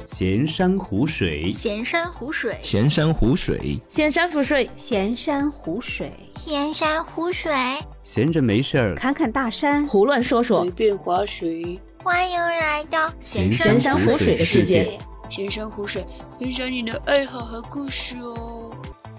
闲山湖水， 闲山湖水， 闲山湖水， 闲山湖水， 闲山湖水， 闲山湖水， 闲着没事儿侃侃大山， 胡乱说说， 随便划水。 欢迎来到闲山湖水的世界。 闲山湖水，分享你的爱好和故事哦。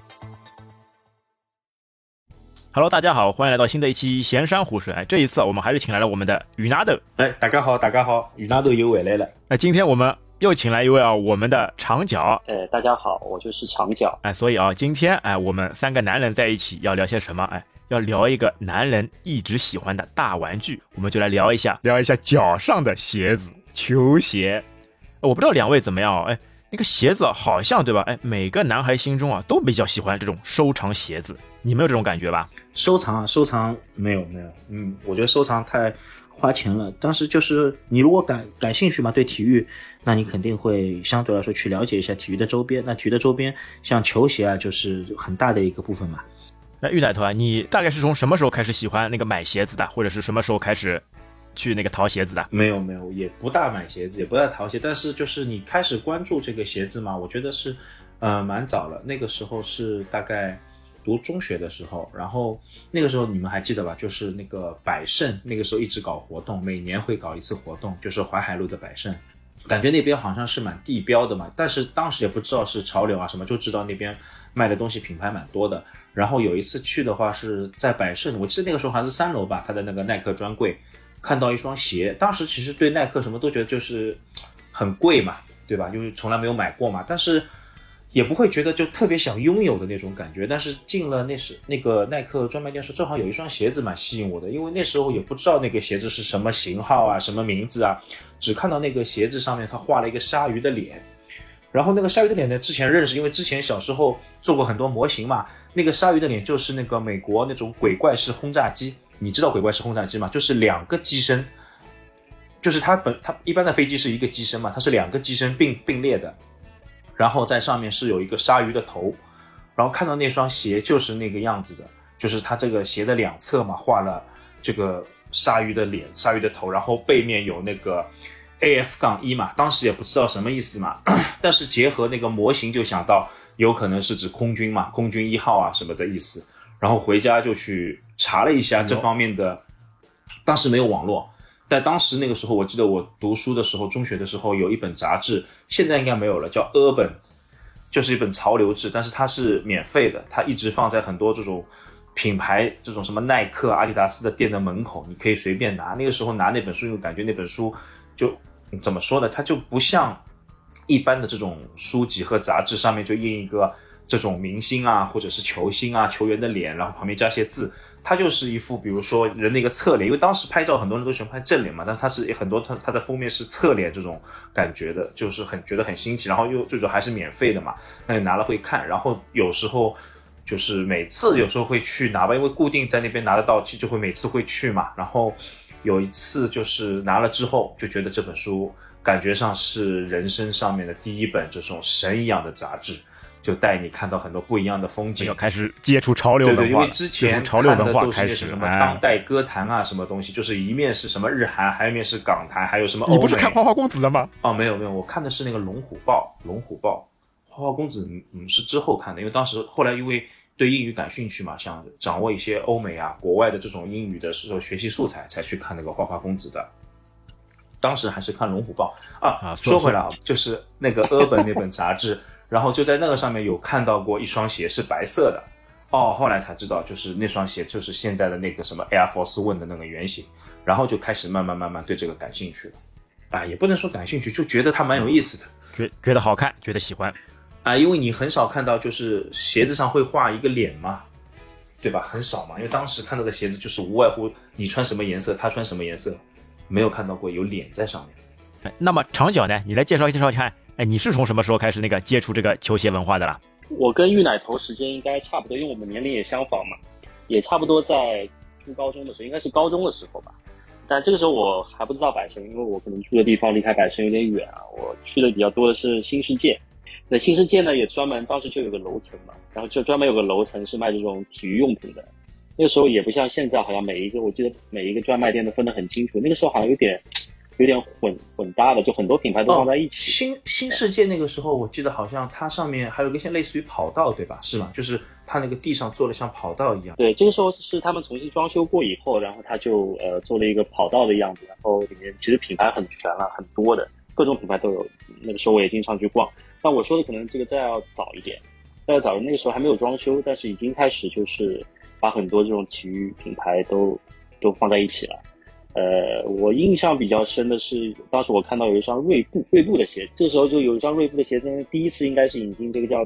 Hello， 大家好，欢迎来到新的一期闲山湖水。这一次我们还是请来了我们的雨拿豆。 大家好，雨拿豆又回来了。 今天我们又请来一位我们的长脚。 大家好，我就是长脚。 所以今天我们三个男人在一起要聊些什么？要聊一个男人一直喜欢的大玩具，我们就来聊一下脚上的鞋子，球鞋。我不知道两位怎么样那个鞋子好像对吧？每个男孩心中都比较喜欢这种收藏鞋子，你们有这种感觉吧？ 收藏没有，我觉得收藏太花钱了。但是就是你如果感兴趣嘛，对体育，那你肯定会相对来说去了解一下体育的周边。那体育的周边像球鞋就是很大的一个部分嘛。 那玉奶头你大概是从什么时候开始喜欢那个买鞋子的，或者是什么时候开始去那个淘鞋子的？ 没有，也不大买鞋子，也不大淘鞋，但是就是你开始关注这个鞋子嘛，我觉得是蛮早了。那个时候是大概读中学的时候，然后那个时候你们还记得吧？就是那个百盛，那个时候一直搞活动，每年会搞一次活动，就是淮海路的百盛，感觉那边好像是蛮地标的嘛，但是当时也不知道是潮流什么，就知道那边卖的东西品牌蛮多的。然后有一次去的话是在百盛，我记得那个时候还是3楼吧，他的那个耐克专柜，看到一双鞋，当时其实对耐克什么都觉得就是很贵嘛，对吧？因为从来没有买过嘛，但是也不会觉得就特别想拥有的那种感觉。但是进了那个耐克专卖店时，正好有一双鞋子蛮吸引我的，因为那时候也不知道那个鞋子是什么型号什么名字只看到那个鞋子上面他画了一个鲨鱼的脸。然后那个鲨鱼的脸呢，之前认识，因为之前小时候做过很多模型嘛。那个鲨鱼的脸就是那个美国那种鬼怪式轰炸机，你知道鬼怪式轰炸机吗？就是2个机身，就是它一般的飞机是一个机身嘛，它是2个机身并列的，然后在上面是有一个鲨鱼的头，然后看到那双鞋就是那个样子的，就是它这个鞋的2侧嘛，画了这个鲨鱼的脸、鲨鱼的头，然后背面有那个AF-1嘛，当时也不知道什么意思嘛，但是结合那个模型就想到有可能是指空军嘛，空军1号什么的意思。然后回家就去查了一下这方面的，当时没有网络，但当时那个时候我记得我读书的时候，中学的时候有一本杂志，现在应该没有了，叫 Urban， 就是一本潮流志，但是它是免费的，它一直放在很多这种品牌，这种什么耐克、阿迪达斯的店的门口，你可以随便拿。那个时候拿那本书，因为感觉那本书就怎么说呢，它就不像一般的这种书籍和杂志上面就印一个这种明星或者是球星球员的脸，然后旁边加些字，它就是一副比如说人的一个侧脸，因为当时拍照很多人都喜欢拍正脸嘛，但是它是很多它的封面是侧脸这种感觉的，就是觉得很新奇，然后又最主要还是免费的嘛，那你拿了会看，然后有时候就是每次有时候会去拿吧，因为固定在那边拿得到，就会每次会去嘛，然后有一次就是拿了之后就觉得这本书感觉上是人生上面的第一本这种神一样的杂志，就带你看到很多不一样的风景， 要开始接触潮流文化。 对，因为之前看的都是什么当代歌坛什么东西，就是一面是什么日韩，还有一面是港台，还有什么欧美。 你不是看花花公子的吗？ 没有，我看的是那个龙虎豹。花花公子是之后看的，因为当时后来因为对英语感兴趣嘛，想掌握一些欧美国外的这种英语的学习素材，才去看那个花花公子的。当时还是看龙虎豹说回来就是那个 Urban 那本杂志，然后就在那个上面有看到过一双鞋是白色的，后来才知道就是那双鞋就是现在的那个什么 Air Force One 的那个原型，然后就开始慢慢对这个感兴趣了。也不能说感兴趣，就觉得它蛮有意思的， 觉得好看，觉得喜欢。 因为你很少看到就是鞋子上会画一个脸嘛，对吧？很少嘛，因为当时看到的鞋子就是无外乎你穿什么颜色，他穿什么颜色，没有看到过有脸在上面。 那么长脚呢？你来介绍看，你是从什么时候开始接触这个球鞋文化的啦？ 我跟玉奶头时间应该差不多，因为我们年龄也相仿嘛，也差不多在初高中的时候，应该是高中的时候吧。但这个时候我还不知道百盛，因为我可能住的地方离开百盛有点远我去的比较多的是新世界。那新世界呢，也专门当时就有个楼层嘛，然后就专门有个楼层是卖这种体育用品的。那个时候也不像现在，好像我记得每一个专卖店都分得很清楚。那个时候好像有点有点混搭的，就很多品牌都放在一起。 新世界那个时候，我记得好像它上面还有个像类似于跑道，对吧？是吗？就是它那个地上做的像跑道一样。 对，这个时候是他们重新装修过以后，然后他就做了一个跑道的样子，然后里面其实品牌很全了，很多的各种品牌都有。那个时候我也经常去逛。但我说的可能这个再要早一点，那个时候还没有装修，但是已经开始就是把很多这种体育品牌都放在一起了。我印象比较深的是，当时我看到有一双锐步的鞋子，这时候就有一双锐步的鞋子，第一次应该是引进这个叫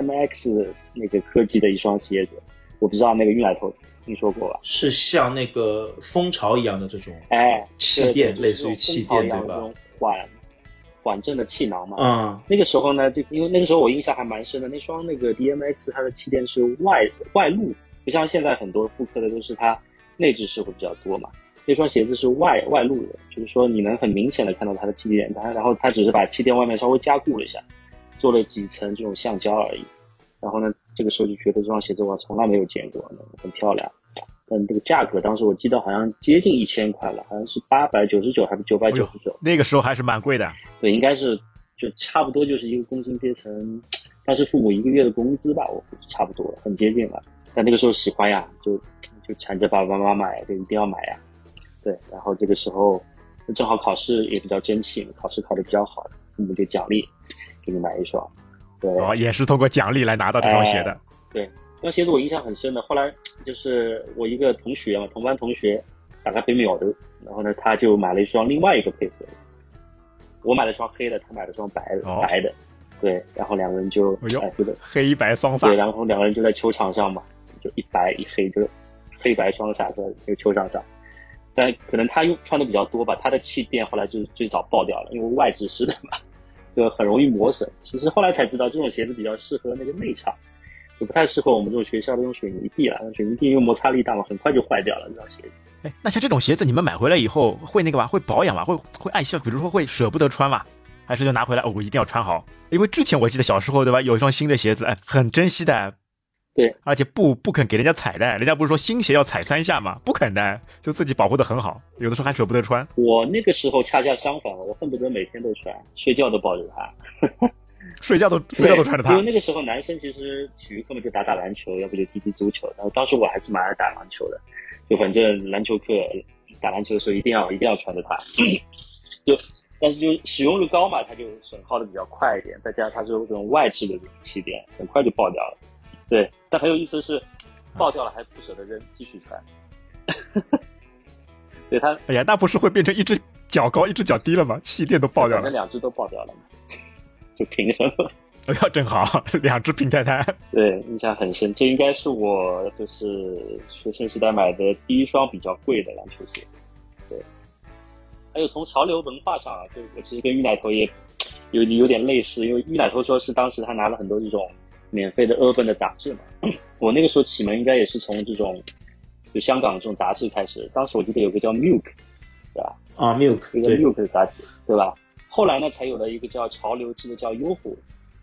BMX 那个科技的一双鞋子，我不知道那个玉奶头听说过吧？是像那个蜂巢一样的这种气垫，类似于气垫对吧？缓震的气囊嘛。那个时候呢，因为那个时候我印象还蛮深的，那双那个 BMX 它的气垫是外露，不像现在很多复刻的都是它内置式会比较多嘛。那双鞋子是外露的，就是说你能很明显的看到它的气垫，然后它只是把气垫外面稍微加固了一下，做了几层这种橡胶而已。然后呢，这个时候就觉得这双鞋子我从来没有见过，很漂亮。但这个价格当时我记得好像接近1000块了，好像是899还是999。 那个时候还是蛮贵的。 对，应该是就差不多就是一个工薪阶层，当时父母1个月的工资吧，我估计差不多很接近了。但那个时候喜欢呀，就缠着爸爸妈妈买，就一定要买呀。对，然后这个时候正好考试也比较争气，考试考得比较好，父母就奖励给你买一双。对， 也是通过奖励来拿到这双鞋的。 对，这双鞋子我印象很深的。后来就是我一个同学嘛，同班同学大概被秒的，然后呢他就买了一双另外一个配色，我买了双黑的，他买了双白的。对，然后两个人就黑白双煞。 对，然后两个人就在球场上嘛，就一白一黑，就黑白双煞在这个球场上。但可能他穿的比较多吧，他的气垫后来就最早爆掉了，因为外置式的嘛，就很容易磨损。其实后来才知道，这种鞋子比较适合那个内场，就不太适合我们这种学校的用水泥地了。水泥地因为摩擦力大嘛，很快就坏掉了这双鞋子。 那像这种鞋子，你们买回来以后会那个吧？会保养吧？会爱惜，比如说会舍不得穿嘛？还是就拿回来我一定要穿好？因为之前我记得小时候对吧，有一双新的鞋子，很珍惜的。 对， 而且不肯给人家踩的，人家不是说新鞋要踩3下嘛，不肯的，就自己保护得很好，有的时候还舍不得穿。 我那个时候恰恰相反，我恨不得每天都穿，睡觉都抱着它， 睡觉都穿着它。 因为那个时候男生其实体育课嘛就打篮球，要不就踢足球，然后当时我还是蛮爱打篮球的，就反正篮球课打篮球的时候一定要穿着它，但是就使用率高嘛，它就损耗的比较快一点，再加上它是有这种外置的这种气垫，很快就爆掉了。对，但很有意思的是，爆掉了还不舍得扔，继续穿。对它， 哎呀，那不是会变成一只脚高一只脚低了吗？气垫都爆掉了， 那2只都爆掉了嘛，就平衡了。 哎呀，正好2只平摊摊。 对，印象很深，这应该是我就是学生时代买的第一双比较贵的篮球鞋。对，还有从潮流文化上啊，就我其实跟玉奶头也有点类似，因为玉奶头说是当时他拿了很多这种免费的urban的杂志嘛，我那个时候启蒙应该也是从这种就香港这种杂志开始。当时我记得有个叫 Milk， 对吧 ？Milk， 一个 Milk 的杂志，对吧？后来呢，才有了一个叫潮流志的叫优货。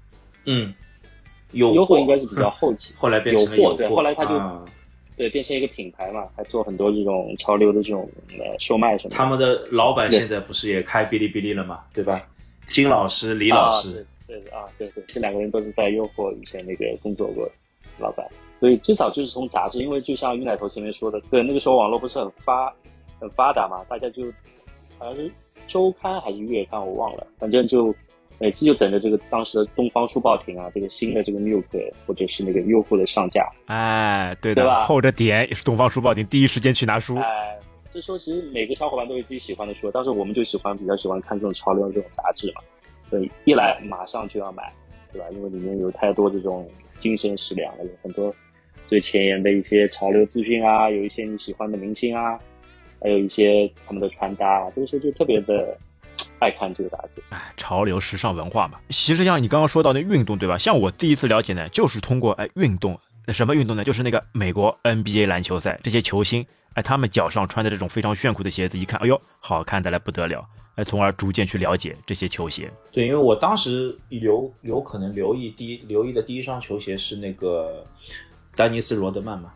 优货应该是比较后期， 后来变成了有货， 对，后来他就对变成一个品牌嘛，还做很多这种潮流的这种售卖什么的。 他们的老板现在不是也开哔哩哔哩了嘛，对吧？金老师、李老师。 对，这2个人都是在优货以前那个工作过老板，所以最早就是从杂志，因为就像玉奶头前面说的，对，那个时候网络不是很发达嘛，大家就好像是周刊还是月刊我忘了，反正就每次就等着这个当时的东方书报亭啊，这个新的这个 Milk 或者是那个优货的上架。 对的， 对吧？ 厚着点也是东方书报亭第一时间去拿书。 这时候其实每个小伙伴都有自己喜欢的书，当时我们就比较喜欢看这种潮流的这种杂志嘛。所以一来马上就要买，对吧？因为里面有太多这种精神食粮了，有很多最前沿的一些潮流资讯啊，有一些你喜欢的明星啊，还有一些他们的穿搭啊，这个时候就特别的爱看这个杂志。 潮流时尚文化嘛。其实像你刚刚说到那运动，对吧？像我第一次了解呢，就是通过运动。什么运动呢？就是那个美国 NBA 篮球赛，这些球星他们脚上穿的这种非常炫酷的鞋子，一看，哎呦，好看的来不得了。从而逐渐去了解这些球鞋。 对，因为我当时有可能留意的第一双球鞋是那个丹尼斯罗德曼嘛，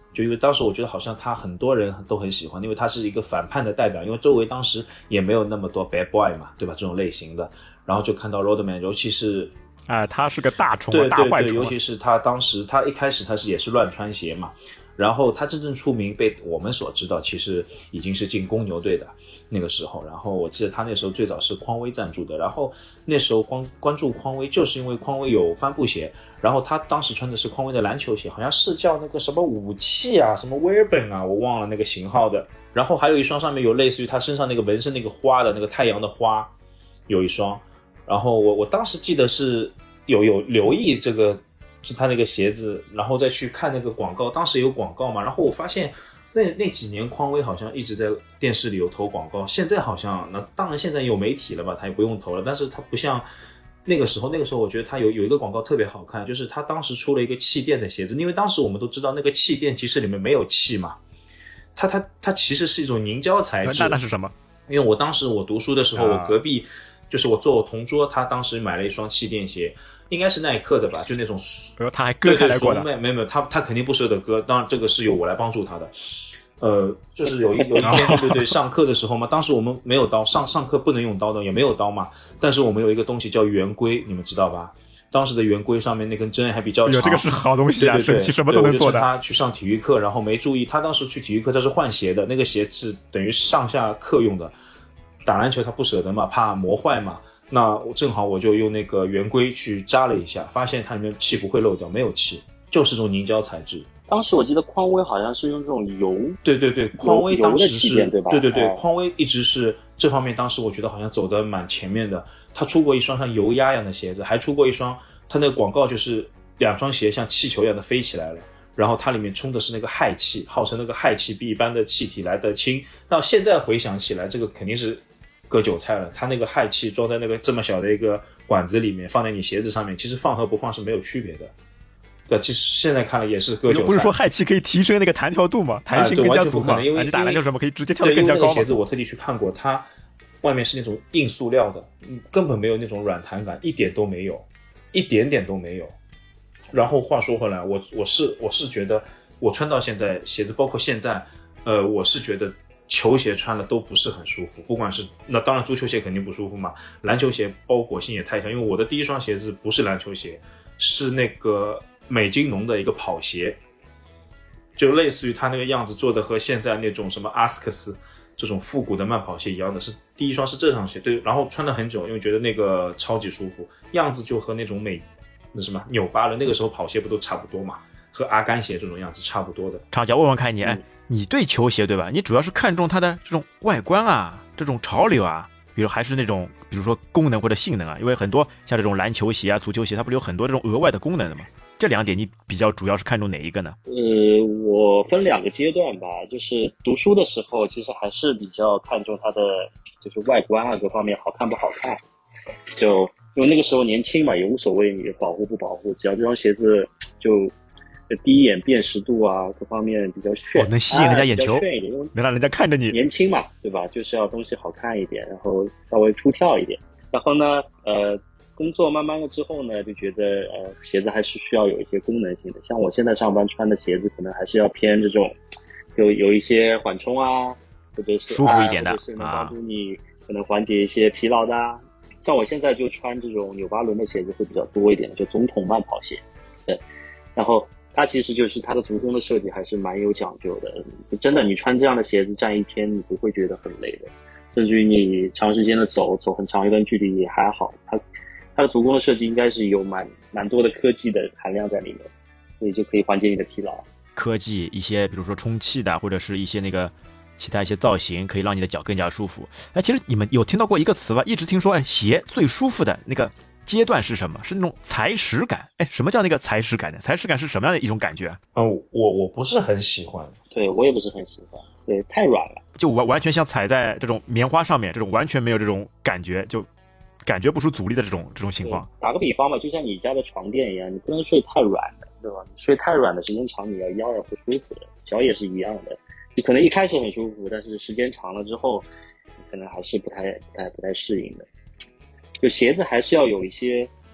就因为当时我觉得好像他很多人都很喜欢，因为他是一个反叛的代表，因为周围当时也没有那么多 bad boy 嘛，对吧？这种类型的，然后就看到 Roadman， 尤其是他是个大虫， 对大坏虫， 尤其是他当时他一开始他也是乱穿鞋嘛，然后他真正出名被我们所知道，其实已经是进公牛队的那个时候。然后我记得他那时候最早是匡威赞助的，然后那时候关注匡威，就是因为匡威有帆布鞋，然后他当时穿的是匡威的篮球鞋，好像是叫那个什么武器啊，什么威尔本啊，我忘了那个型号的。然后还有一双上面有类似于他身上那个纹身那个花的那个太阳的花，有一双。然后我当时记得是有留意这个是他那个鞋子，然后再去看那个广告，当时有广告嘛，然后我发现那几年匡威好像一直在电视里有投广告，现在好像那当然现在有媒体了吧，他也不用投了，但是他不像那个时候我觉得他有一个广告特别好看，就是他当时出了一个气垫的鞋子，因为当时我们都知道那个气垫其实里面没有气嘛，它其实是一种凝胶材质。 那是什么？ 因为我当时我读书的时候，我隔壁就是我坐我同桌，他当时买了一双气垫鞋，应该是耐克的吧，就那种。 他还割开来过的。 没有，他肯定不舍得割，当然这个是由我来帮助他的。就是有一天对上课的时候嘛，当时我们没有刀，上课不能用刀的，也没有刀嘛，但是我们有一个东西叫圆规，你们知道吧？当时的圆规上面那根针还比较长， 这个是好东西啊，神奇，什么都能做的。 他去上体育课，然后没注意，他当时去体育课他是换鞋的，那个鞋是等于上下课用的。打篮球他不舍得嘛，怕磨坏嘛，那正好我就用那个圆规去扎了一下，发现它里面气不会漏掉，没有气，就是这种凝胶材质。 当时我记得匡威好像是用这种油， 对，匡威当时是对吧？ 对，匡威一直是这方面，当时我觉得好像走得蛮前面的。他出过一双像油鸭一样的鞋子，还出过一双，他那个广告就是两双鞋像气球一样的飞起来了，然后它里面充的是那个氦气，号称那个氦气比一般的气体来得轻。那现在回想起来，这个肯定是割韭菜了，它那个氦气装在那个这么小的一个管子里面，放在你鞋子上面，其实放和不放是没有区别的。对，其实现在看了也是割韭菜。 不是说氦气可以提升那个弹跳度吗？弹性更加足嘛？ 因为你打篮球什么可以直接跳得更加高嘛？ 那个鞋子我特地去看过，它外面是那种硬塑料的，根本没有那种软弹感，一点都没有，一点点都没有。然后话说回来，我是觉得我穿到现在鞋子，包括现在，我是觉得球鞋穿了都不是很舒服，不管是那当然足球鞋肯定不舒服嘛，篮球鞋包裹性也太强，因为我的第一双鞋子不是篮球鞋，是那个美津浓的一个跑鞋，就类似于它那个样子做的和现在那种什么阿斯克斯这种复古的慢跑鞋一样的，是第一双是这双鞋，对，然后穿了很久，因为觉得那个超级舒服，样子就和那种那什么纽巴伦那个时候跑鞋不都差不多嘛，和阿甘鞋这种样子差不多的。 长脚问问看你，你对球鞋对吧？你主要是看重它的这种外观啊，这种潮流啊，比如还是那种比如说功能或者性能啊，因为很多像这种篮球鞋啊、足球鞋，它不是有很多这种额外的功能的吗？这两点你比较主要是看重哪一个呢？ 我分两个阶段吧，就是读书的时候，其实还是比较看重它的就是外观啊各方面好看不好看，就因为那个时候年轻嘛，也无所谓你保护不保护，只要这双鞋子就第一眼辨识度啊各方面比较炫， 能吸引人家眼球， 炫一点， 能让人家看着你。 年轻嘛，对吧？就是要东西好看一点，然后稍微出挑一点。然后呢，工作慢慢的之后呢，就觉得鞋子还是需要有一些功能性的。像我现在上班穿的鞋子，可能还是要偏这种，就有一些缓冲啊，或者是舒服一点的， 或者是能帮助你可能缓解一些疲劳的啊。像我现在就穿这种纽巴伦的鞋子会比较多一点，就总统慢跑鞋。对，然后它其实就是它的足弓的设计还是蛮有讲究的。真的，你穿这样的鞋子站一天，你不会觉得很累的。甚至于你长时间的走很长一段距离也还好，它的足弓的设计应该是有蛮多的科技的含量在里面，所以就可以缓解你的疲劳。 科技一些，比如说充气的，或者是一些那个其他一些造型，可以让你的脚更加舒服。其实你们有听到过一个词吧？一直听说，鞋最舒服的那个阶段是什么？是那种踩屎感。什么叫那个踩屎感呢？踩屎感是什么样的一种感觉？ 我不是很喜欢。 对，我也不是很喜欢。对，太软了， 就完全像踩在这种棉花上面，这种完全没有这种感觉，就感觉不出阻力的这种情况。 打个比方吧，就像你家的床垫一样，你不能睡太软的，对吧？你睡太软的时间长，你腰要不舒服的，脚也是一样的。你可能一开始很舒服，但是时间长了之后，你可能还是不太适应的。就鞋子还是要有一些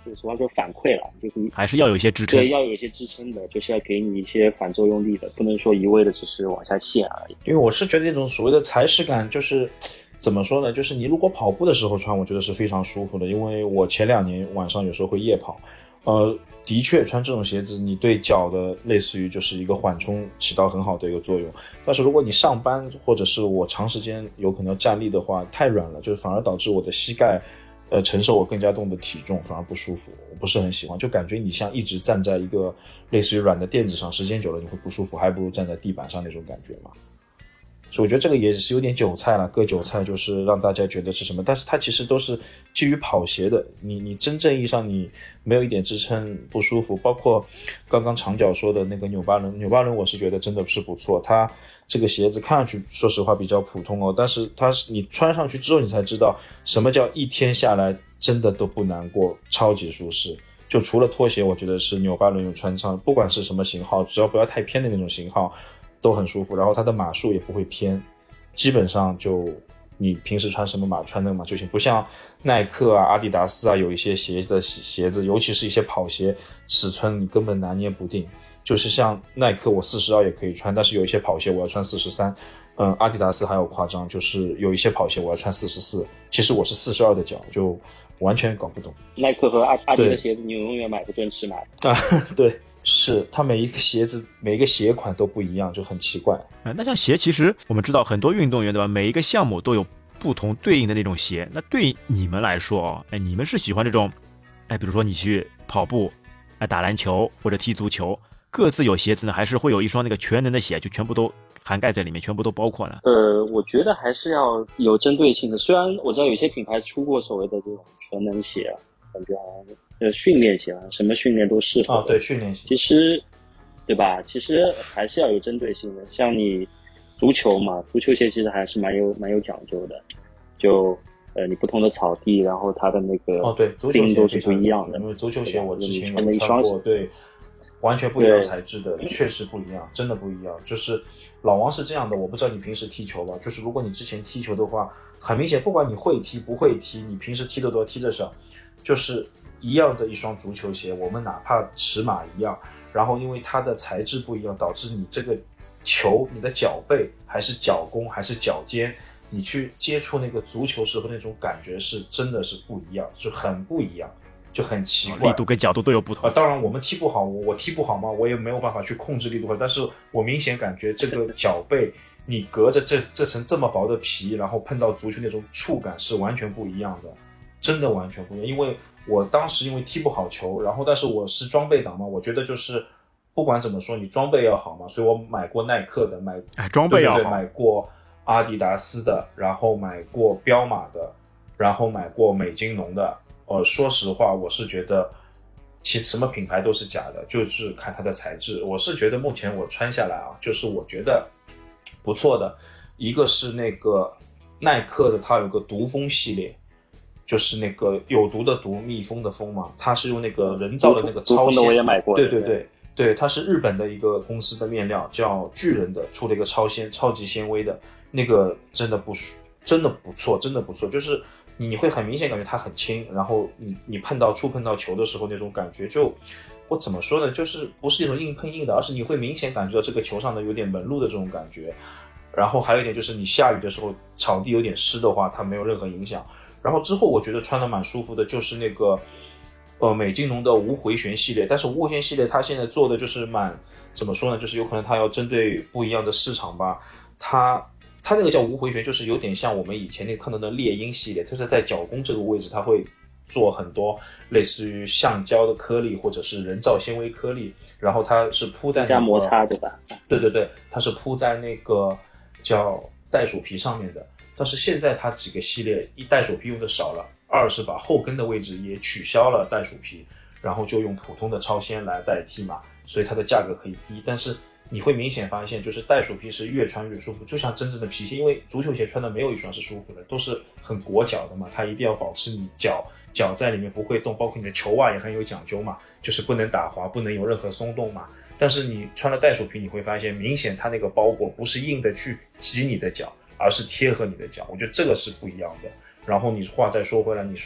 俗话说反馈了，就是还是要有一些支撑。 对，要有一些支撑的，就是要给你一些反作用力的，不能说一味的只是往下陷而已。 因为我是觉得那种所谓的踩屎感，就是怎么说呢？就是你如果跑步的时候穿，我觉得是非常舒服的。因为我前2年晚上有时候会夜跑，的确穿这种鞋子，你对脚的类似于就是一个缓冲起到很好的一个作用。但是如果你上班或者是我长时间有可能要站立的话，太软了，就是反而导致我的膝盖承受我更加重的体重，反而不舒服，我不是很喜欢，就感觉你像一直站在一个类似于软的垫子上，时间久了你会不舒服，还不如站在地板上那种感觉嘛。所以我觉得这个也是有点韭菜了，割韭菜就是让大家觉得是什么，但是它其实都是基于跑鞋的，你真正意义上你没有一点支撑不舒服。包括刚刚长脚说的那个纽巴伦我是觉得真的是不错，它这个鞋子看上去说实话比较普通但是你穿上去之后你才知道什么叫一天下来真的都不难过，超级舒适。就除了拖鞋，我觉得是纽巴伦有穿上，不管是什么型号，只要不要太偏的那种型号都很舒服，然后它的码数也不会偏，基本上就你平时穿什么码穿那个码就行，不像耐克啊、阿迪达斯啊，有一些鞋子，尤其是一些跑鞋尺寸你根本拿捏不定。就是像耐克我42也可以穿，但是有一些跑鞋我要穿43，阿迪达斯还有夸张，就是有一些跑鞋我要穿44，其实我是42的脚，就完全搞不懂。 耐克和阿迪的鞋子你永远买不准尺码啊，对。是，它每一个鞋子每一个鞋款都不一样，就很奇怪。 那像鞋，其实我们知道很多运动员对吧？每一个项目都有不同对应的那种鞋。那对你们来说你们是喜欢这种，比如说你去跑步，打篮球或者踢足球，各自有鞋子呢，还是会有一双那个全能的鞋，就全部都涵盖在里面，全部都包括呢？ 我觉得还是要有针对性的。虽然我知道有些品牌出过所谓的这种全能鞋，感觉好像训练鞋什么训练都适合对，训练鞋。 其实，对吧？其实还是要有针对性的。像你足球嘛，足球鞋其实还是蛮有讲究的。就你不同的草地，然后它的那个对，足球鞋都是不一样的。 因为足球鞋我之前有穿过， 对，完全不一样材质的，确实不一样，真的不一样。就是老王是这样的，我不知道你平时踢球吧？就是如果你之前踢球的话，很明显，不管你会踢不会踢，你平时踢得多踢得少，就是一样的一双足球鞋，我们哪怕尺码一样，然后因为它的材质不一样，导致你这个球，你的脚背还是脚弓还是脚尖，你去接触那个足球时候那种感觉是真的是不一样，就很不一样，就很奇怪， 力度跟角度都有不同。 当然我们踢不好，我踢不好嘛，我也没有办法去控制力度，但是我明显感觉这个脚背你隔着这层这么薄的皮，然后碰到足球那种触感是完全不一样的，真的完全不一样。因为我当时因为踢不好球，然后但是我是装备党嘛，我觉得就是不管怎么说你装备要好嘛，所以我买过耐克的， 装备要好， 对，买过阿迪达斯的，然后买过彪马的，然后买过美津浓的。说实话我是觉得其什么品牌都是假的，就是看它的材质。我是觉得目前我穿下来就是我觉得不错的，一个是那个耐克的，它有个毒蜂系列，就是那个有毒的毒，蜜蜂的蜂嘛，它是用那个人造的那个超纤， 我也买过， 对，它是日本的一个公司的面料，叫巨人的，出了一个超级纤维的，那个真的不错，就是你会很明显感觉它很轻，然后你触碰到球的时候那种感觉，就我怎么说呢，就是不是那种硬碰硬的，而是你会明显感觉到这个球上的有点纹路的这种感觉。然后还有一点就是你下雨的时候草地有点湿的话，它没有任何影响。然后之后我觉得穿的蛮舒服的就是那个美津浓的无回旋系列，但是无回旋系列它现在做的就是怎么说呢，就是有可能它要针对不一样的市场吧。它那个叫无回旋，就是有点像我们以前那个看到的猎鹰系列，就是在脚弓这个位置它会做很多类似于橡胶的颗粒或者是人造纤维颗粒，然后它是铺在加摩擦，对吧？ 对，它是铺在那个叫袋鼠皮上面的。但是现在它几个系列一袋鼠皮用的少了，二是把后跟的位置也取消了袋鼠皮，然后就用普通的超纤来代替嘛，所以它的价格可以低。但是你会明显发现，就是袋鼠皮是越穿越舒服，就像真正的皮鞋，因为足球鞋穿的没有一双是舒服的，都是很裹脚的嘛，它一定要保持你脚在里面不会动，包括你的球袜也很有讲究嘛，就是不能打滑，不能有任何松动嘛。但是你穿了袋鼠皮，你会发现明显它那个包裹不是硬的去挤你的脚，而是贴合你的脚，我觉得这个是不一样的。然后你话再说回来，你说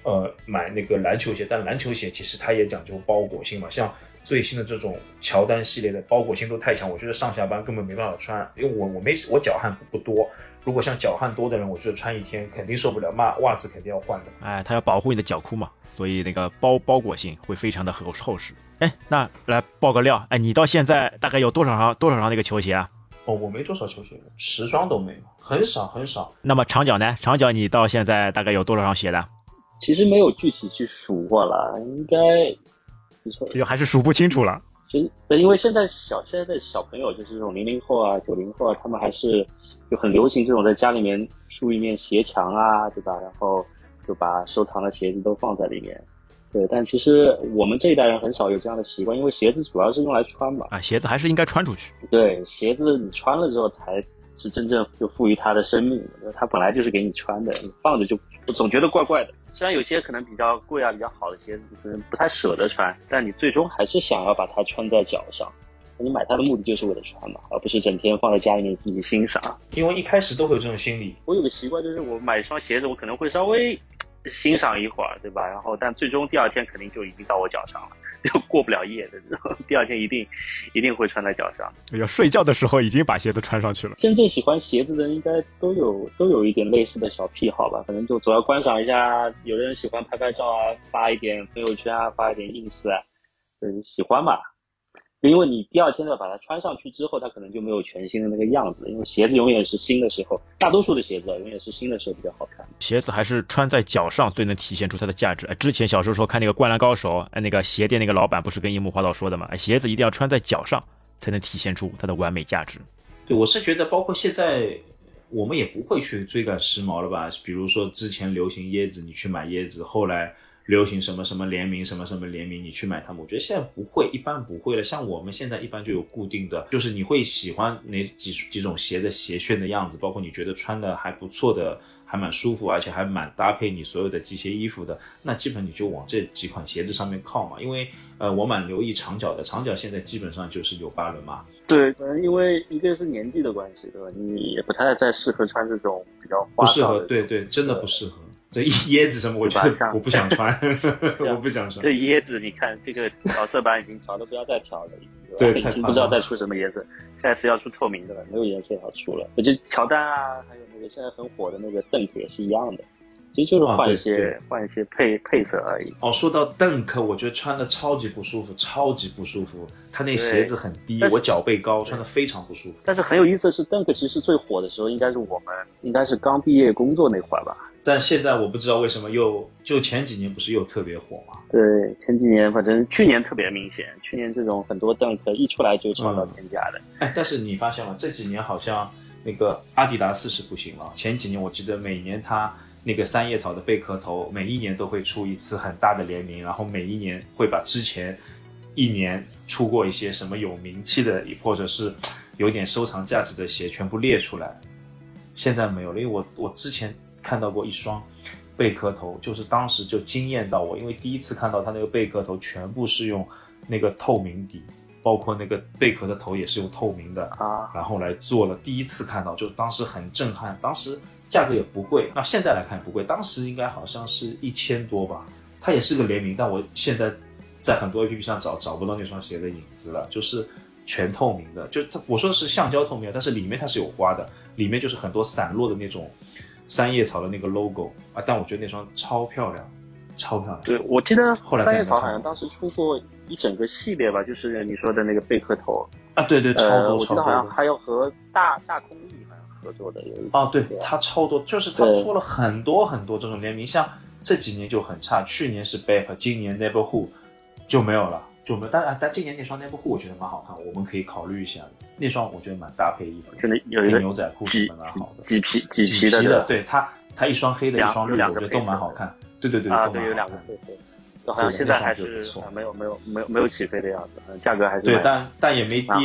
买那个篮球鞋，但篮球鞋其实它也讲究包裹性嘛，像最新的这种乔丹系列的包裹性都太强，我觉得上下班根本没办法穿，因为我脚汗不多，如果像脚汗多的人，我觉得穿一天肯定受不了，袜子肯定要换的。 哎，它要保护你的脚裤嘛，所以那个包裹性会非常的厚实。哎，那来爆个料，哎，你到现在大概有多少双那个球鞋啊？ 我没多少球鞋，10双都没有，很少很少。 那么长脚呢？长脚你到现在大概有多少双鞋的？ 其实没有具体去数过了，应该你说就还是数不清楚了。 其实因为现在的小朋友就是这种00后啊、90后啊，他们还是就很流行这种在家里面竖一面鞋墙啊，对吧？然后就把收藏的鞋子都放在里面。对，但其实我们这一代人很少有这样的习惯，因为鞋子主要是用来穿嘛。 啊，鞋子还是应该穿出去。 对，鞋子你穿了之后才是真正就赋予它的生命，它本来就是给你穿的，你放着就我总觉得怪怪的。虽然有些可能比较贵啊、比较好的鞋子，可能不太舍得穿，但你最终还是想要把它穿在脚上。你买它的目的就是为了穿嘛，而不是整天放在家里面自己欣赏。 因为一开始都会有这种心理。 我有个习惯，就是我买一双鞋子，我可能会稍微欣赏一会儿，对吧？然后但最终第二天肯定就已经到我脚上了，就过不了夜的这种，第二天一定会穿在脚上。 要睡觉的时候已经把鞋子穿上去了。 真正喜欢鞋子的人应该都有一点类似的小癖好吧，可能就总要观赏一下。有的人喜欢拍拍照啊，发一点朋友圈啊，发一点ins啊，喜欢嘛。因为你第二天再把它穿上去之后，它可能就没有全新的那个样子，因为鞋子永远是新的时候，大多数的鞋子永远是新的时候比较好看。 鞋子还是穿在脚上最能体现出它的价值。之前小时候看那个灌篮高手，那个鞋店那个老板不是跟樱木花道说的吗？鞋子一定要穿在脚上才能体现出它的完美价值。 对，我是觉得包括现在我们也不会去追赶时髦了吧，比如说之前流行椰子，你去买椰子，后来流行什么什么联名什么什么联名，你去买它们，我觉得现在不会，一般不会了。像我们现在一般就有固定的，就是你会喜欢哪几种鞋的鞋楦的样子，包括你觉得穿的还不错的，还蛮舒服，而且还蛮搭配你所有的这些衣服的，那基本你就往这几款鞋子上面靠嘛。因为我蛮留意长脚的，长脚现在基本上就是有8轮嘛。 对，因为一个是年纪的关系，对吧？你也不太再适合穿这种比较花哨的， 不适合，对，真的不适合。这椰子什么，我觉得我不想穿，我不想穿。 这椰子，你看这个调色板已经调都不要再调了， 对， 已经不知道再出什么颜色，下次要出透明的了，没有颜色要出了。我觉得乔丹啊，还有那个现在很火的那个Dunk也是一样的，其实就是换一些配色而已。 说到Dunk，我觉得穿的超级不舒服，他那鞋子很低，我脚背高，穿的非常不舒服。 但是很有意思的是，Dunk其实最火的时候应该是刚毕业工作那会儿吧。 但现在我不知道为什么就前几年不是又特别火吗？ 对，前几年反正去年特别明显，去年这种很多Dunk一出来就创造天价的。 但是你发现了这几年好像那个阿迪达斯是不行了。前几年我记得每年他那个三叶草的贝壳头每一年都会出一次很大的联名，然后每一年会把之前一年出过一些什么有名气的或者是有点收藏价值的鞋全部列出来。现在没有了，因为我之前看到过一双贝壳头，就是当时就惊艳到我，因为第一次看到它那个贝壳头全部是用那个透明底，包括那个贝壳的头也是用透明的然后来做了。第一次看到就当时很震撼，当时价格也不贵，那现在来看不贵，当时应该好像是1000多吧。它也是个联名，但我现在在很多 APP 上找不到那双鞋的影子了，就是全透明的，就我说的是橡胶透明，但是里面它是有花的，里面就是很多散落的那种三叶草的那个 logo 但我觉得那双超漂亮。 对，我记得后来三叶草好像当时出过一整个系列吧，就是你说的那个贝壳头对，超多。 我记得好像还有和大空翼好像合作的有一对，它超多，就是它出了很多很多这种联名，像这几年就很差，去年是 Bape， 今年 Neighborhood 就没有了。但今年那双 Neighborhood 我觉得蛮好看，我们可以考虑一下。那双我觉得蛮搭配衣服， 真的有一个牛仔裤什么蛮好的， 麂皮的， 对，它一双黑的，一双绿的，我觉得都蛮好看。对， 对，有两个配色，好像现在还是没有起飞的样子，价格还是对，但也没跌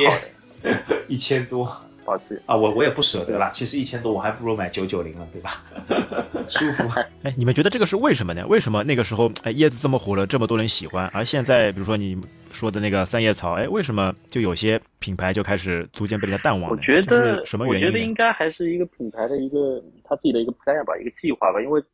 ，1000多。 保持我也不舍得啦。其实1000多我还不如买990了，对吧？舒服。 你们觉得这个是为什么呢？为什么那个时候椰子这么火了，这么多人喜欢，而现在比如说你说的那个三叶草，为什么就有些品牌就开始逐渐被人家淡忘呢？ 我觉得什么原因呢？ 我觉得应该还是一个品牌的一个他自己的一个 plan 吧，一个计划吧，因为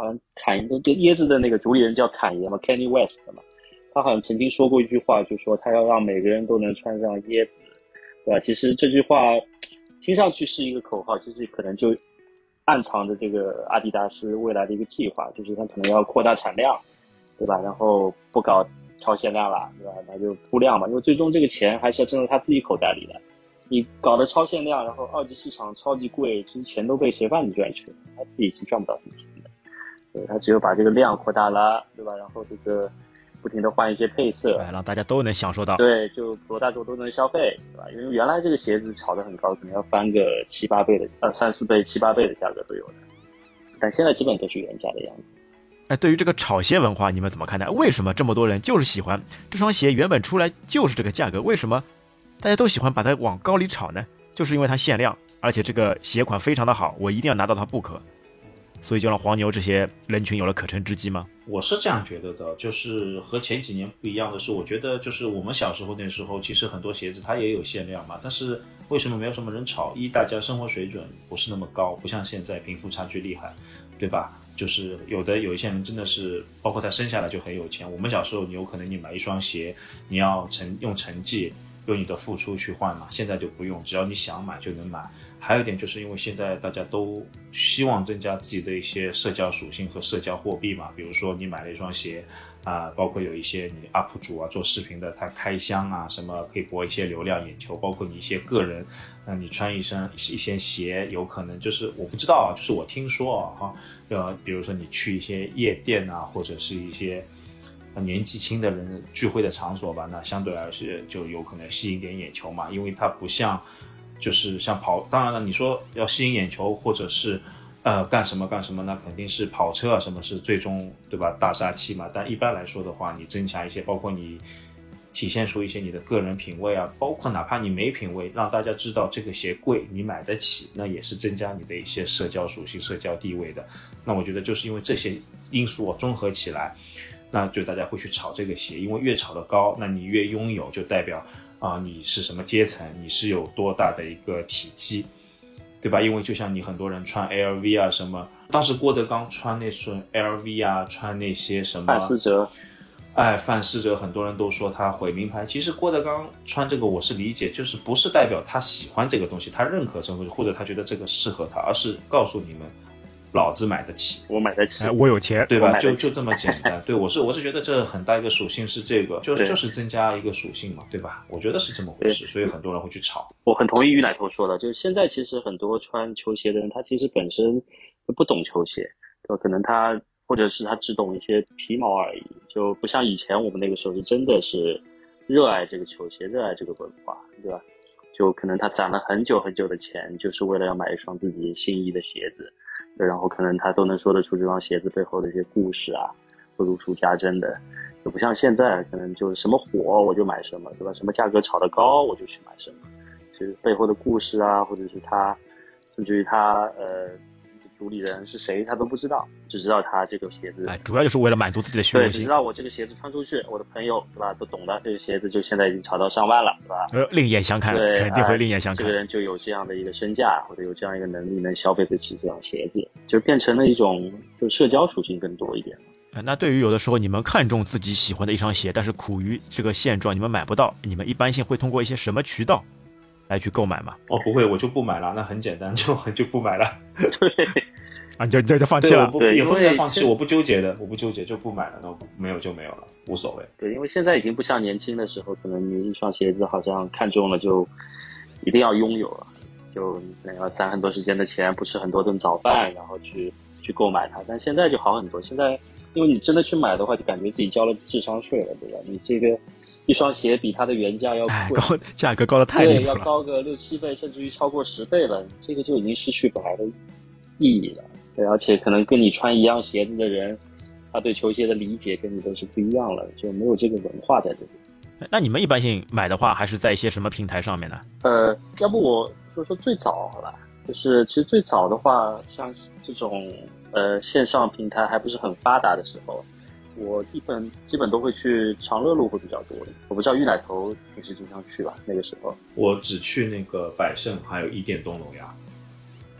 好像侃爷这椰子的那个主理人叫侃爷嘛 ，Kanye West 嘛，他好像曾经说过一句话，就说他要让每个人都能穿上椰子，对吧？其实这句话听上去是一个口号，其实可能就暗藏着这个阿迪达斯未来的一个计划，就是他可能要扩大产量，对吧？然后不搞超限量了，对吧？那就铺量嘛，因为最终这个钱还是要挣到他自己口袋里的。你搞的超限量，然后二级市场超级贵，其实钱都被鞋贩子赚去了，他自己是赚不到什么钱的。对，他只有把这个量扩大了，对吧？然后这个不停的换一些配色， 让大家都能享受到。 对，就普罗大众都能消费，对吧？因为原来这个鞋子炒得很高，可能要翻个7、8倍的，3、4倍、7、8倍的价格都有的，但现在基本都是原价的样子。 对于这个炒鞋文化，你们怎么看待？为什么这么多人就是喜欢这双鞋？原本出来就是这个价格，为什么大家都喜欢把它往高里炒呢？就是因为它限量，而且这个鞋款非常的好，我一定要拿到它不可，所以就让黄牛这些人群有了可乘之机吗？ 我是这样觉得的，就是和前几年不一样的是，我觉得就是我们小时候那时候，其实很多鞋子它也有限量嘛，但是为什么没有什么人炒？一，大家生活水准不是那么高，不像现在贫富差距厉害，对吧？就是有一些人真的是，包括他生下来就很有钱。我们小时候，你有可能你买一双鞋，你要用成绩，用你的付出去换嘛。现在就不用，只要你想买就能买。还有一点就是因为现在大家都希望增加自己的一些社交属性和社交货币嘛。比如说你买了一双鞋包括有一些你 UP 主啊做视频的，他开箱啊什么可以博一些流量眼球，包括你一些个人你穿一些鞋，有可能就是我不知道啊，就是我听说比如说你去一些夜店啊，或者是一些年纪轻的人聚会的场所吧，那相对来说就有可能吸引点眼球嘛，因为它不像就是像当然了，你说要吸引眼球或者是干什么，那肯定是跑车啊什么是最终对吧大杀器嘛。但一般来说的话，你增强一些，包括你体现出一些你的个人品味啊，包括哪怕你没品味，让大家知道这个鞋贵你买得起，那也是增加你的一些社交属性社交地位的。那我觉得就是因为这些因素综合起来，那就大家会去炒这个鞋，因为越炒得高，那你越拥有，就代表你是什么阶层，你是有多大的一个体积，对吧？因为就像你很多人穿 LV 啊什么，当时郭德纲穿那双 LV 啊，穿那些什么范思哲， 范思哲很多人都说他毁名牌。其实郭德纲穿这个我是理解，就是不是代表他喜欢这个东西，他认可这个东西，或者他觉得这个适合他，而是告诉你们老子买得起， 我买得起， 我有钱， 对吧？就这么简单。对，我是觉得这很大一个属性是这个，就是增加一个属性嘛，对吧？我觉得是这么回事，所以很多人会去炒。 我很同意于奶头说的，就是现在其实很多穿球鞋的人，他其实本身就不懂球鞋，对吧？可能他或者是他只懂一些皮毛而已，就不像以前我们那个时候是真的是热爱这个球鞋，热爱这个文化，对吧？就可能他攒了很久很久的钱，就是为了要买一双自己心仪的鞋子。然后可能他都能说得出这双鞋子背后的一些故事啊，会如数家珍的，就不像现在可能就是什么火我就买什么，对吧？什么价格炒得高我就去买什么，就是背后的故事啊，或者是他甚至于他主理人是谁他都不知道，只知道他这个鞋子主要就是为了满足自己的虚荣心。 对，只知道我这个鞋子穿出去，我的朋友对吧都懂的，这个鞋子就现在已经炒到上万了，对吧？ 另眼相看，肯定会另眼相看。 这个人就有这样的一个身价，或者有这样一个能力，能消费得起这双鞋子，就变成了一种就社交属性更多一点。 那对于有的时候你们看中自己喜欢的一双鞋，但是苦于这个现状你们买不到，你们一般性会通过一些什么渠道来去购买吗？ 不会，我就不买了，那很简单，就不买了。 对。 你就放弃了？ 也不是放弃，我不纠结的，就不买了，那没有就没有了，无所谓。 对，因为现在已经不像年轻的时候，可能你一双鞋子好像看中了就一定要拥有了，就要攒很多时间的钱，不吃很多顿早饭，然后去购买它。但现在就好很多，现在因为你真的去买的话，就感觉自己交了智商税了，对吧？你这个一双鞋比它的原价要贵， 价格高的太离谱了， 对，要高个6、7倍，甚至于超过10倍了，这个就已经失去本来的意义了。对，而且可能跟你穿一样鞋子的人，他对球鞋的理解跟你都是不一样了，就没有这个文化在这里。 那你们一般性买的话，还是在一些什么平台上面呢？ 要不我说最早好了，就是其实最早的话，像这种线上平台还不是很发达的时候，我基本都会去长乐路会比较多。我不知道玉奶头平时经常去吧？那个时候我只去那个百盛，还有1店东龙呀。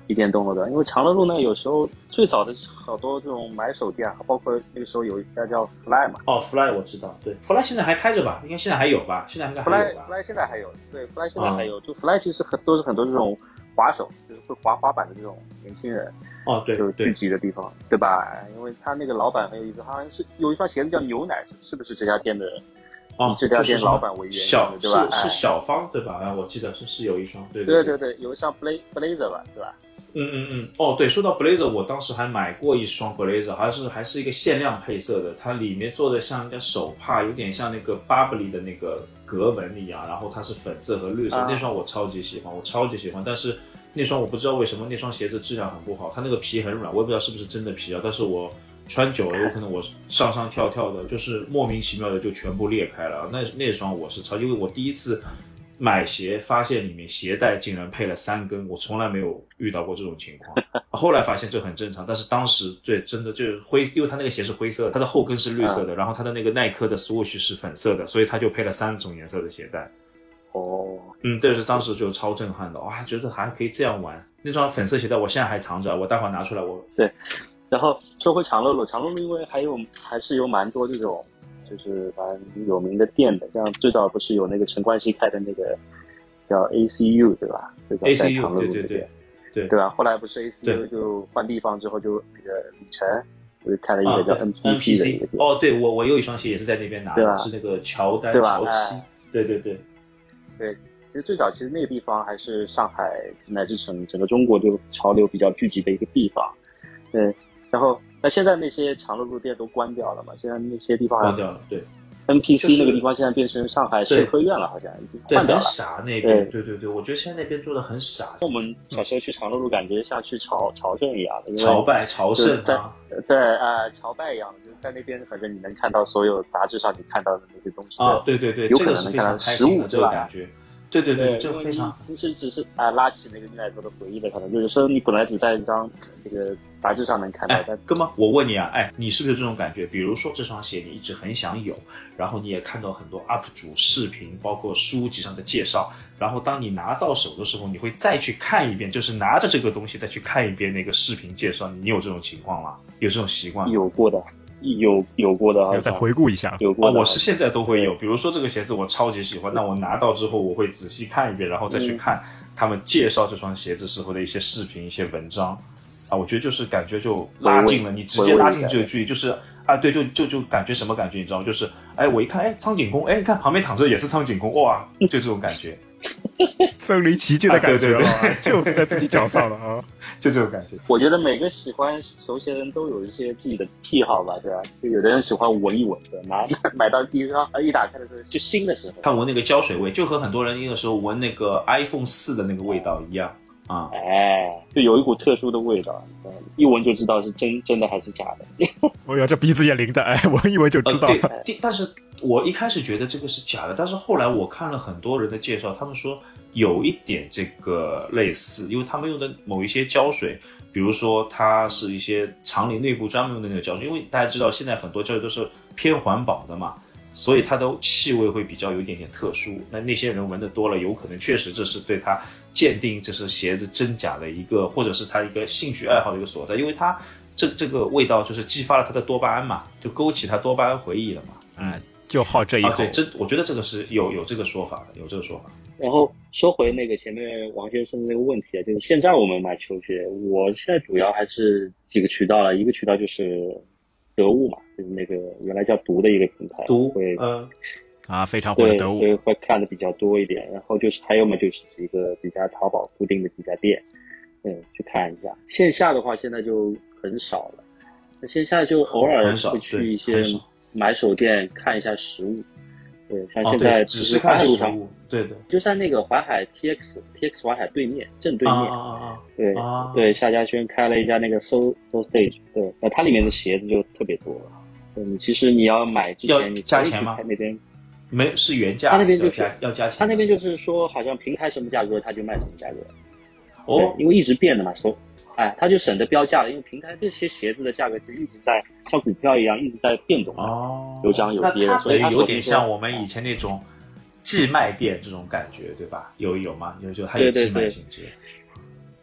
一电动了的。因为长乐路呢，有时候最早的好多这种买手店，包括那个时候有一家叫 Fly 嘛。 哦 ，Fly 我知道，对 ，Fly 现在还开着吧？应该现在还有吧？现在应该还有吧 ？Fly 现在还有，对 ，Fly 现在还有。就 Fly 其实都是很多这种滑手，就是会滑滑板的这种年轻人。 哦，对， 就聚集的地方，对吧？因为他那个老板很有意思，好像是有一双鞋子叫牛奶，是不是这家店的？以这家店老板为原因的，对吧？ 是小方对吧？我记得是有一双，对， 有一双 Blazer 吧，对吧？ 哦，对，说到 Blazer， 我当时还买过一双 Blazer， 还是一个限量配色的，它里面做的像一个手帕，有点像那个 Burberry 的那个格纹一样，然后它是粉色和绿色，那双我超级喜欢，但是那双我不知道为什么那双鞋子质量很不好，它那个皮很软，我也不知道是不是真的皮啊，但是我穿久了有可能我上上跳跳的，就是莫名其妙的就全部裂开了。那双我是超，因为我第一次买鞋发现里面鞋带竟然配了3根，我从来没有遇到过这种情况。后来发现这很正常，但是当时真的就是因为它那个鞋是灰色的，它的后跟是绿色的，然后它的那个耐克的 swoosh 是粉色的，所以它就配了3种颜色的鞋带。 哦， 对，是当时就超震撼的，哇，觉得还可以这样玩。那双粉色鞋带我现在还藏着，我待会儿拿出来对。然后说回长乐路因为还是有蛮多这种就是蛮有名的店的，像最早不是有那个陈冠希开的那个叫 ACU 对吧？最早在长乐路这边，对吧？后来不是 ACU 就换地方之后，就那个李晨就开了一个叫 NPC 的一个店。 哦，对，我有一双鞋也是在那边拿的，是那个乔丹乔西，对。 对，其实最早那个地方还是上海乃至整个中国就潮流比较聚集的一个地方，对。然后那现在那些长乐路店都关掉了嘛？现在那些地方关掉了，对。 NPC 那个地方现在变成上海社科院了，好像已经换掉了。 很傻那边，对，我觉得现在那边做的很傻。 我们小时候去长乐路，感觉像去朝圣一样的，因为朝圣啊， 对朝拜一样的，就是在那边，反正你能看到所有杂志上你看到的那些东西啊，对， 有可能能看到实物， 这个感觉。对，这个非常。 平时只是拉起那个你来做的回忆的，可能就是说你本来只在一张这个杂志上能看到。但哥们，我问你啊，你是不是这种感觉？比如说这双鞋你一直很想有，然后你也看到很多 UP 主视频，包括书籍上的介绍，然后当你拿到手的时候，你会再去看一遍，就是拿着这个东西再去看一遍那个视频介绍。你有这种情况吗？有这种习惯吗？ 有过的。有过的， 再回顾一下。 有过的， 我是现在都会有。比如说这个鞋子我超级喜欢，那我拿到之后我会仔细看一遍，然后再去看他们介绍这双鞋子时候的一些视频、一些文章啊。我觉得就是感觉就拉近了，你直接拉近这个距离，就是啊，对，就感觉什么感觉，你知道吗？就是我一看，苍井空，你看旁边躺着也是苍井空，哇，就这种感觉。 身临其境的感觉， 对， 就是在自己脚上了啊， 就这种感觉。 我觉得每个喜欢球鞋的人都有一些自己的癖好吧，对吧？就有的人喜欢闻一闻的，买到第一双一打开的时候，就新的时候， 看闻那个胶水味，就和很多人那个时候闻那个 iPhone 4的那个味道一样啊。 就有一股特殊的味道，一闻就知道是真的还是假的。 我有这鼻子眼灵的，闻一闻就知道了。 但是我一开始觉得这个是假的，但是后来我看了很多人的介绍，他们说有一点这个类似，因为他们用的某一些胶水，比如说它是一些厂里内部专门用的那个胶水，因为大家知道现在很多胶水都是偏环保的嘛，所以它的气味会比较有一点点特殊。那些人闻得多了，有可能确实这是对他鉴定这是鞋子真假的一个，或者是他一个兴趣爱好的一个所在，因为他这个味道就是激发了他的多巴胺嘛，就勾起他多巴胺回忆了嘛。 就好这一口。 对，我觉得这个是有这个说法的，有这个说法。 然后说回那个前面王先生的那个问题啊，就是现在我们买球鞋，我现在主要还是几个渠道了，一个渠道就是得物嘛，就是那个原来叫读的一个品牌，会非常火的得物， 会看的比较多一点。然后就是还有嘛，就是几家淘宝固定的几家店，去看一下。线下的话现在就很少了，那线下就偶尔会去一些买手店看一下实物。对，像现在只是看实物，对的， 就在那个淮海 TX 淮海对面正对面，对，夏家轩开了一家那个 Soul Stage， 对，它里面的鞋子就特别多。其实你要买之前你加钱吗？ 那边没是原价， 他那边就是要加钱。 他那边就是说好像平台什么价格他就卖什么价格，因为一直变的嘛，他就省得标价了，因为平台这些鞋子的价格其实一直在像股票一样一直在变动，有涨有跌的，所以它有点像我们以前那种寄卖店这种感觉，对吧？有吗？就它有寄卖性质。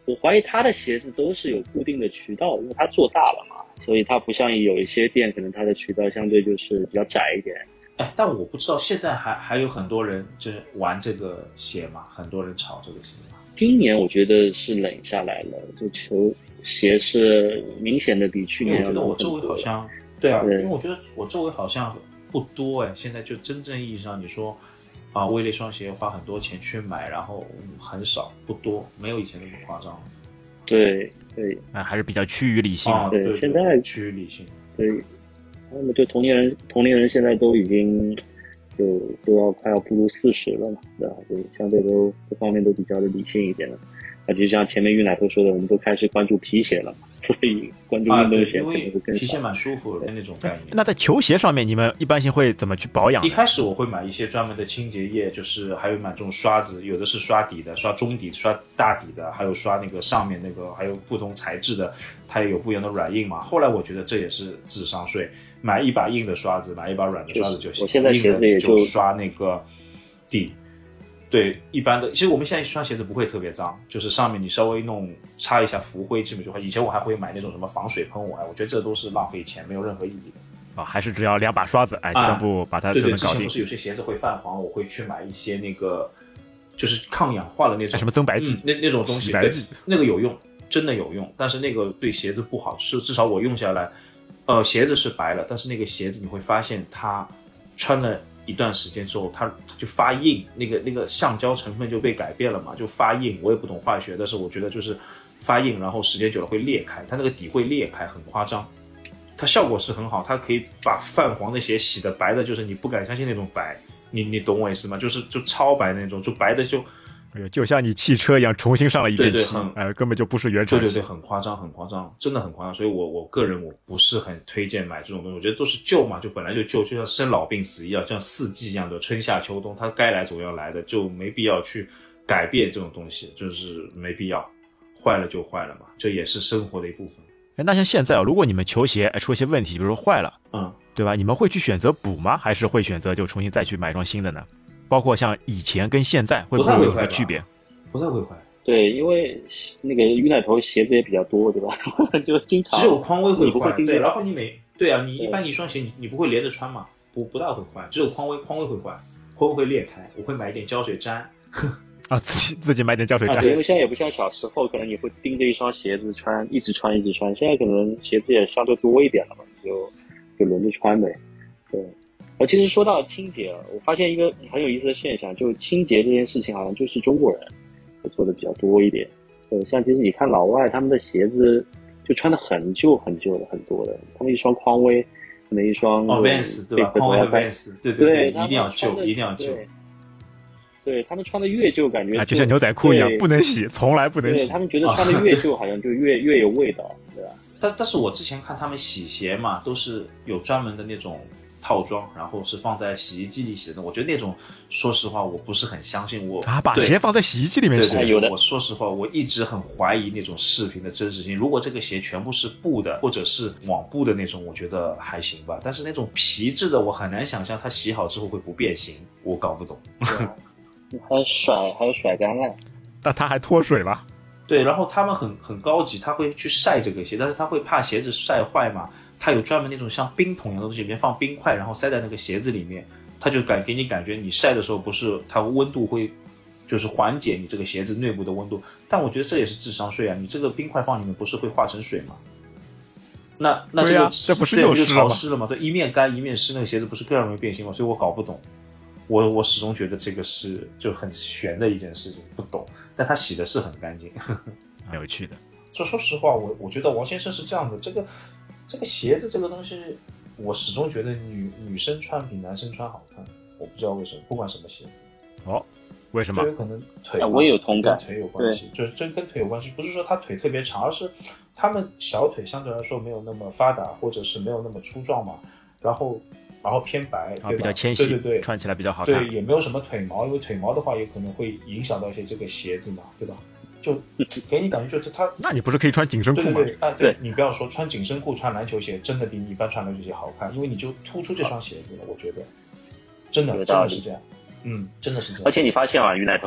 我怀疑他的鞋子都是有固定的渠道，因为他做大了嘛，所以他不像有一些店，可能他的渠道相对就是比较窄一点。 哎，但我不知道现在还有很多人就是玩这个鞋嘛，很多人炒这个鞋嘛。 今年我觉得是冷下来了，就球鞋是明显的比去年要冷很多。 我觉得我周围好像，对啊， 对因为我觉得我周围好像不多哎，现在就真正意义上你说啊，为了一双鞋花很多钱去买，然后很少不多，没有以前那么夸张。 对对， 还是比较趋于理性啊， 对，现在趋于理性。 对，那么就同龄人现在都已经都要快要步入40了嘛，对吧？就相对都各方面都比较的理性一点了。就像前面玉奶头说的，我们都开始关注皮鞋了嘛，所以关注运动鞋可能会更少。 皮鞋蛮舒服的那种概念。 那在球鞋上面，你们一般性会怎么去保养？ 一开始我会买一些专门的清洁液，就是还有买这种刷子，有的是刷底的、刷中底、刷大底的，还有刷那个上面那个，还有不同材质的，它也有不一样的软硬嘛。后来我觉得这也是智商税，买一把硬的刷子，买一把软的刷子就行。 我现在鞋子也就刷那个底。对，一般的，其实我们现在一双鞋子不会特别脏，就是上面你稍微擦一下浮灰，基本就会。以前我还会买那种什么防水喷雾，我觉得这都是浪费钱，没有任何意义的。 还是只要2把刷子，全部把它就能搞定。 对，之前不是有些鞋子会泛黄，我会去买一些那个就是抗氧化的那种什么增白剂， 那种东西，白剂，那个有用，真的有用，但是那个对鞋子不好，是至少我用下来，鞋子是白了，但是那个鞋子你会发现它穿了一段时间之后，它就发硬，那个橡胶成分就被改变了嘛，就发硬。我也不懂化学，但是我觉得就是发硬，然后时间久了会裂开，它那个底会裂开，很夸张。它效果是很好，它可以把泛黄的鞋洗的白的，就是你不敢相信那种白。你懂我意思吗？就超白那种，就白的就像你汽车一样重新上了一遍漆，根本就不是原厂漆。 对，很夸张，很夸张，真的很夸张。所以我个人我不是很推荐买这种东西，我觉得都是旧嘛，就本来就旧，就像生老病死一样，像四季一样的，春夏秋冬它该来总要来的，就没必要去改变这种东西，就是没必要，坏了就坏了嘛，这也是生活的一部分。 那像现在如果你们球鞋出一些问题，比如说坏了，对吧？你们会去选择补吗？还是会选择就重新再去买一双新的呢？包括像以前跟现在会不会有什么区别？ 不太会坏。 对，因为那个鱼奶头鞋子也比较多，对吧？就经常只有匡威会坏。对，然后你你一般一双鞋你不会连着穿嘛，不大会坏，只有匡威会坏，匡威会裂开。我会买一点胶水粘。 自己买点胶水粘。 因为现在也不像小时候，可能你会盯着一双鞋子穿，一直穿。现在可能鞋子也相对多一点了嘛，就轮着穿呗。对。其实说到清洁，我发现一个很有意思的现象，就清洁这件事情好像就是中国人做的比较多一点。像其实你看老外他们的鞋子就穿的很旧很旧的，很多的，他们一双匡威，可能一双 Vans 对吧？匡威 Vans 对，一定要旧，一定要旧。 对，他们穿的越旧，感觉就像牛仔裤一样，不能洗，从来不能洗。 他们觉得穿的越旧，好像就越有味道，对吧？ 但是我之前看他们洗鞋嘛，都是有专门的那种套装，然后是放在洗衣机里洗的。我觉得那种，说实话，我不是很相信。 把鞋放在洗衣机里面洗， 有的。我说实话，我一直很怀疑那种视频的真实性。如果这个鞋全部是布的，或者是网布的那种，我觉得还行吧。但是那种皮质的，我很难想象它洗好之后会不变形，我搞不懂。 还有甩干了， 但它还脱水吧？ 对，然后他们很高级，他会去晒这个鞋，但是他会怕鞋子晒坏嘛。它有专门那种像冰桶一样的东西，里面放冰块，然后塞在那个鞋子里面，它就给你感觉你晒的时候不是它温度会就是缓解你这个鞋子内部的温度。但我觉得这也是智商税啊！你这个冰块放里面不是会化成水吗？那这不是又潮湿了吗？对，一面干一面湿，那个鞋子不是更容易变形吗？所以我搞不懂。我始终觉得这个是就很玄的一件事情，不懂。但他洗的是很干净， 蛮有趣的。 说实话，我觉得王先生是这样的，这个鞋子这个东西，我始终觉得女生穿比男生穿好看，我不知道为什么，不管什么鞋子。 为什么？ 这有可能腿， 我也有同感， 跟腿有关系，就是真跟腿有关系，不是说他腿特别长，而是他们小腿相对来说没有那么发达，或者是没有那么粗壮嘛，然后偏白，对吧？ 比较纤细， 对， 穿起来比较好看。 对，也没有什么腿毛，因为腿毛的话也可能会影响到一些这个鞋子嘛，对吧？就给你感觉就是它， 那你不是可以穿紧身裤吗？ 对，你不要说穿紧身裤穿篮球鞋，真的比你一般穿篮球鞋好看，因为你就突出这双鞋子了，我觉得真的是这样，真的是这样。 而且你发现啊，鱼奶头，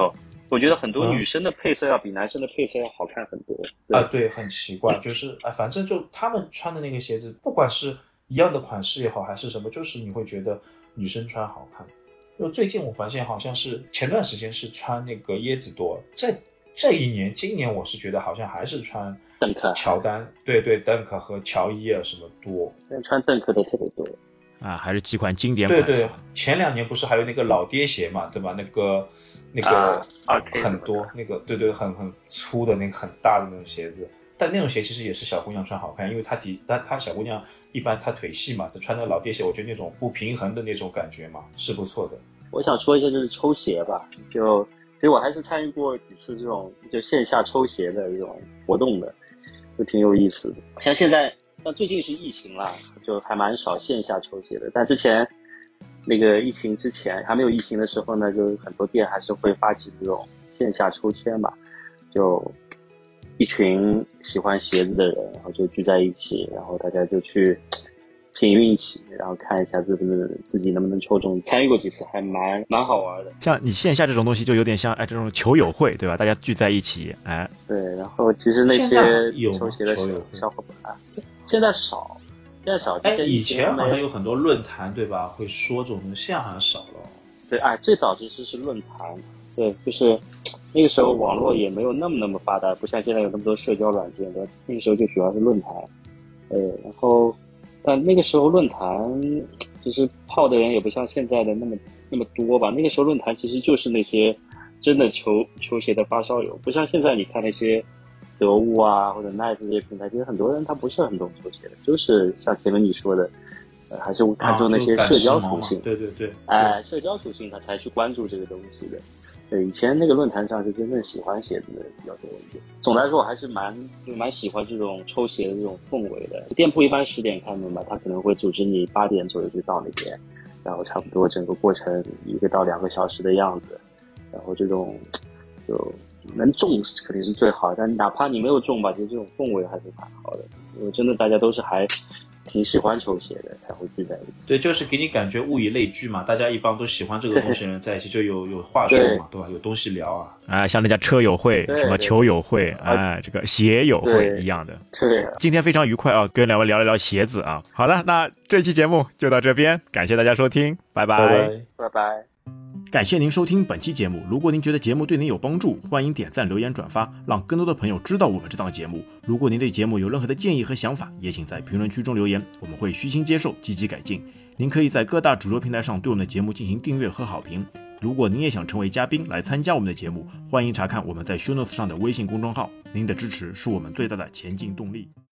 我觉得很多女生的配色要比男生的配色要好看很多对，很奇怪，就是反正就他们穿的那个鞋子，不管是一样的款式也好还是什么，就是你会觉得女生穿好看。就最近我发现好像是前段时间是穿那个椰子多，今年我是觉得好像还是穿邓克、 乔丹，对，邓克和乔伊啊什么多， 穿邓克的特别多啊，还是几款经典款式。 对，前2年不是还有那个老爹鞋嘛，对吧？那个很多那个对，很粗的那个很大的那种鞋子。但那种鞋其实也是小姑娘穿好看，因为她小姑娘一般她腿细嘛，她穿的老爹鞋，我觉得那种不平衡的那种感觉嘛，是不错的。 我想说一下就是抽鞋吧，其实我还是参与过几次这种就线下抽鞋的这种活动的，就挺有意思的。像现在，但最近是疫情啦，就还蛮少线下抽鞋的。但之前那个疫情之前还没有疫情的时候呢，就很多店还是会发起这种线下抽签嘛，就一群喜欢鞋子的人，然后就聚在一起，然后大家就去凭运气，然后看一下自己能不能抽中。参与过几次，还蛮好玩的。 像你线下这种东西，就有点像这种球友会，对吧？大家聚在一起， 对。然后其实那些抽鞋的小伙伴现在少。 以前好像有很多论坛，对吧？会说这种东西，现在好像少了。 对，最早其实是论坛，对，就是那个时候网络也没有那么发达，不像现在有那么多社交软件的，那个时候就主要是论坛，然后。但那个时候论坛就是泡的人也不像现在的那么多吧。那个时候论坛其实就是那些真的球鞋的发烧友，不像现在你看那些得物啊或者 Nice 这些平台，其实很多人他不是很懂球鞋的，就是像前面你说的，还是看重那些社交属性。 对， 社交属性他才去关注这个东西的。对，以前那个论坛上是真正喜欢鞋子的人比较多一点。总的来说，我还是蛮喜欢这种抽鞋的这种氛围的。店铺一般10点开门吧，他可能会组织你8点左右就到那边，然后差不多整个过程1个到2个小时的样子。然后这种就能中肯定是最好，但哪怕你没有中吧，其实这种氛围还是蛮好的。因为真的大家都是还挺喜欢球鞋的，才会聚在一起。 对，就是给你感觉物以类聚嘛，大家一帮都喜欢这个东西的人在一起，就有话说嘛，对吧？有东西聊啊。 像那家车友会、什么球友会，这个鞋友会一样的。 对， 今天非常愉快啊，跟2位聊一聊鞋子啊。好的，那这期节目就到这边，感谢大家收听，拜拜。 感谢您收听本期节目。如果您觉得节目对您有帮助，欢迎点赞、留言、转发，让更多的朋友知道我们这档节目。如果您对节目有任何的建议和想法，也请在评论区中留言，我们会虚心接受，积极改进。您可以在各大主流平台上对我们的节目进行订阅和好评。如果您也想成为嘉宾来参加我们的节目，欢迎查看我们在 ShowNotes 上的微信公众号。您的支持是我们最大的前进动力。